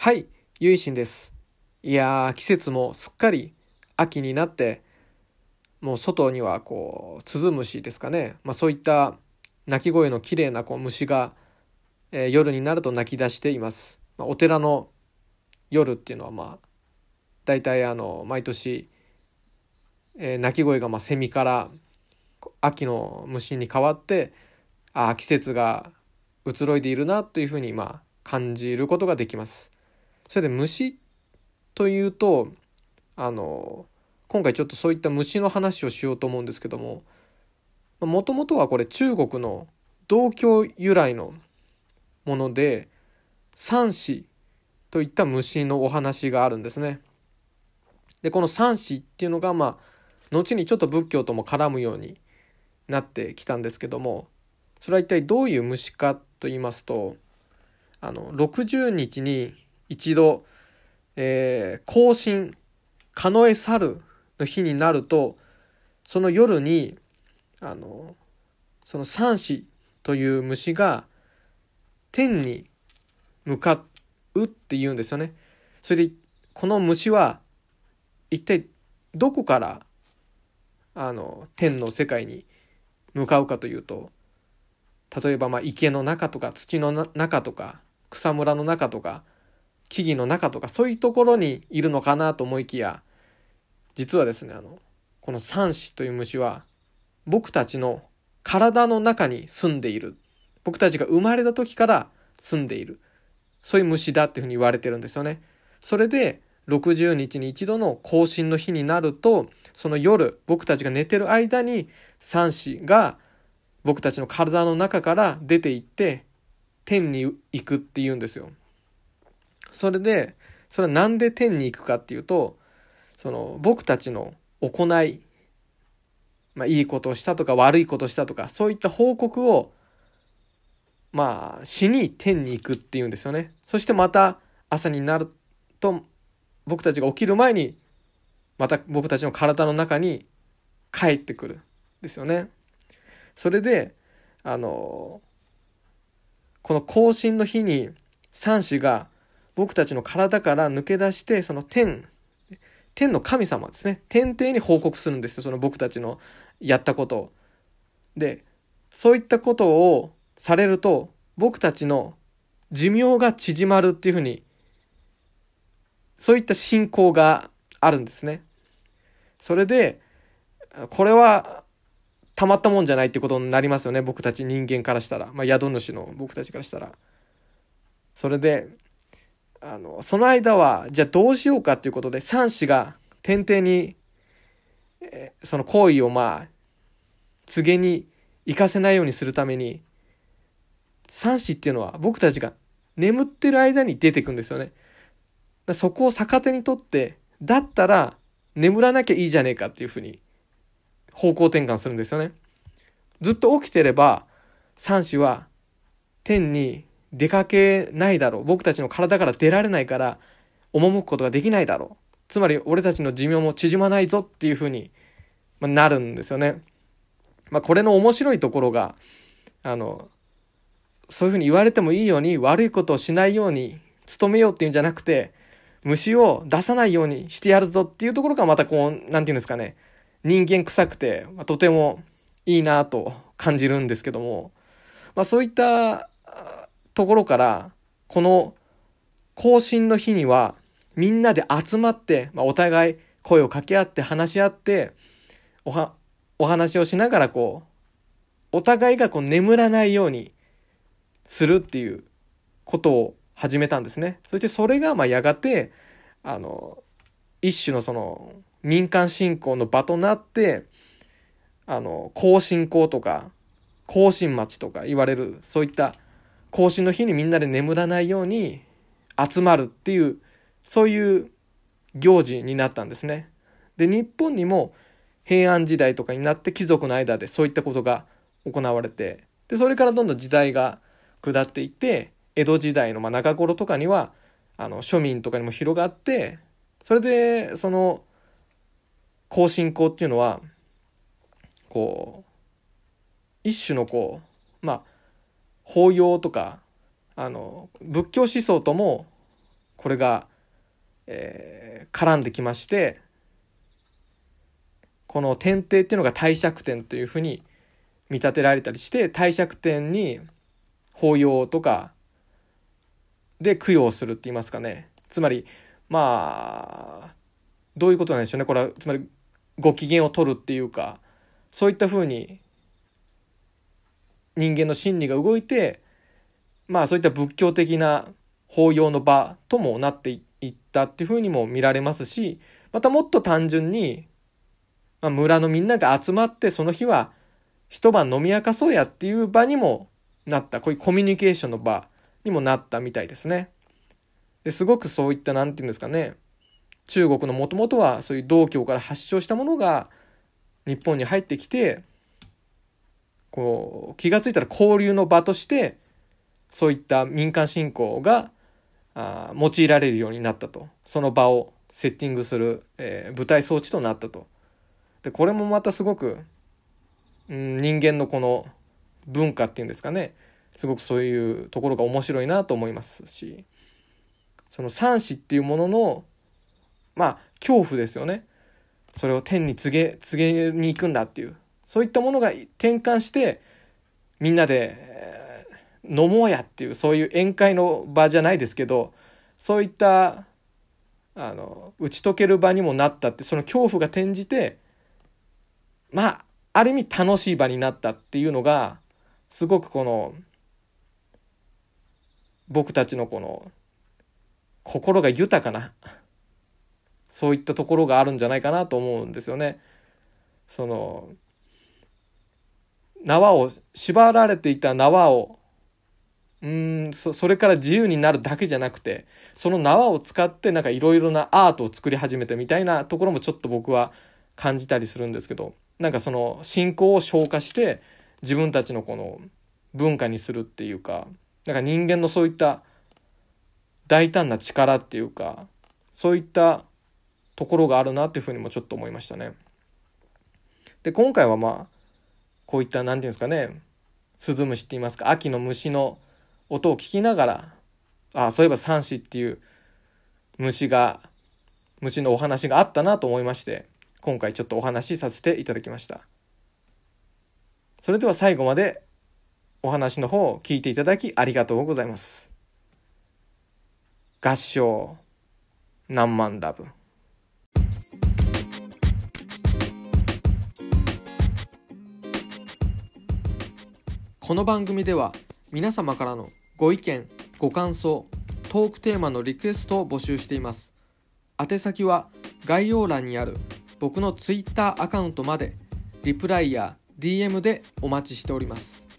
はい、ゆいしんです。いやー、季節もすっかり秋になって、もう外にはスズムシですかね。そういった鳴き声の綺麗な虫が、夜になると鳴き出しています。お寺の夜っていうのは大体毎年、鳴き声がセミから秋の虫に変わって、季節が移ろいでいるなというふうに感じることができます。それで虫というと今回ちょっとそういった虫の話をしようと思うんですけども、もともとはこれ中国の道教由来のもので、蚕糸といった虫のお話があるんですね。でこの蚕糸っていうのが後にちょっと仏教とも絡むようになってきたんですけども、それは一体どういう虫かと言いますと、60日に一度、庚申庚申猿の日になると、その夜にその蚕糸という虫が天に向かうって言うんですよね。それでこの虫は一体どこから天の世界に向かうかというと、例えば池の中とか土の中とか草むらの中とか木々の中とか、そういうところにいるのかなと思いきや、実はですね、この蚕糸という虫は僕たちの体の中に住んでいる、僕たちが生まれた時から住んでいる、そういう虫だっていうふうに言われてるんですよね。それで60日に一度の更新の日になると、その夜僕たちが寝てる間に蚕糸が僕たちの体の中から出て行って天に行くっていうんですよ。それはなんで天に行くかっていうと、その僕たちの行い、いいことをしたとか悪いことをしたとか、そういった報告をしに天に行くっていうんですよね。そしてまた朝になると、僕たちが起きる前にまた僕たちの体の中に帰ってくるですよね。それでこの更新の日に蚕糸が僕たちの体から抜け出して、その天の神様ですね、天帝に報告するんですよ、その僕たちのやったことを。でそういったことをされると、僕たちの寿命が縮まるっていうふうに、そういった信仰があるんですね。それでこれはたまったもんじゃないってことになりますよね、僕たち人間からしたら、宿主の僕たちからしたら。それでその間はじゃあどうしようかっていうことで、蚕糸が天帝に、その行為を告げに行かせないようにするために、蚕糸っていうのは僕たちが眠ってる間に出てくんですよね。そこを逆手にとって、だったら眠らなきゃいいじゃねえかっていうふうに方向転換するんですよね。ずっと起きてれば蚕糸は天に出かけないだろう、僕たちの体から出られないから赴くことができないだろう、つまり俺たちの寿命も縮まないぞっていうふうになるんですよね。これの面白いところが、そういうふうに言われてもいいように悪いことをしないように努めようっていうんじゃなくて、虫を出さないようにしてやるぞっていうところがまたなんていうんですかね、人間臭くて、とてもいいなと感じるんですけども、そういったところから、この更新の日にはみんなで集まって、お互い声を掛け合って話し合ってお話をしながらお互いが眠らないようにするっていうことを始めたんですね。そしてそれがやがて一種のその民間信仰の場となって、庚申講とか庚申町とか言われる、そういった庚申の日にみんなで眠らないように集まるっていう、そういう行事になったんですね。で日本にも平安時代とかになって貴族の間でそういったことが行われて、でそれからどんどん時代が下っていって、江戸時代の中頃とかには庶民とかにも広がって、それでその庚申講っていうのは一種の法要とか仏教思想ともこれが、絡んできまして、この天帝っていうのが帝釈天というふうに見立てられたりして、帝釈天に法要とかで供養するって言いますかね。つまりどういうことなんでしょうね。これはつまりご機嫌を取るっていうか、そういったふうに人間の心理が動いて、そういった仏教的な法要の場ともなっていったっていうふうにも見られますし、またもっと単純に、村のみんなが集まってその日は一晩飲み明かそうやっていう場にもなった、こういうコミュニケーションの場にもなったみたいですね。ですごくそういったなんていうんですかね、中国のもともとはそういう道教から発祥したものが日本に入ってきて、こう気がついたら交流の場としてそういった民間信仰が用いられるようになったと。その場をセッティングする、舞台装置となったと。でこれもまたすごく、人間のこの文化っていうんですかね、すごくそういうところが面白いなと思いますし、その三死っていうものの恐怖ですよね。それを天に告げに行くんだっていう、そういったものが転換してみんなで、飲もうやっていう、そういう宴会の場じゃないですけど、そういった打ち解ける場にもなったって、その恐怖が転じてある意味楽しい場になったっていうのが、すごくこの僕たちのこの心が豊かな、そういったところがあるんじゃないかなと思うんですよね。その縛られていた縄をそれから自由になるだけじゃなくて、その縄を使ってなんかいろいろなアートを作り始めたみたいなところもちょっと僕は感じたりするんですけど、なんかその信仰を消化して自分たちのこの文化にするっていうか、なんか人間のそういった大胆な力っていうか、そういったところがあるなっていうふうにもちょっと思いましたね。で今回はこういったなんていうんですかね、スズムシって言いますか、秋の虫の音を聞きながら、そういえば三子っていう虫のお話があったなと思いまして、今回ちょっとお話しさせていただきました。それでは最後までお話の方を聞いていただきありがとうございます。合唱何万ダブ。この番組では皆様からのご意見、ご感想、トークテーマのリクエストを募集しています。宛先は概要欄にある僕のツイッターアカウントまでリプライや DM でお待ちしております。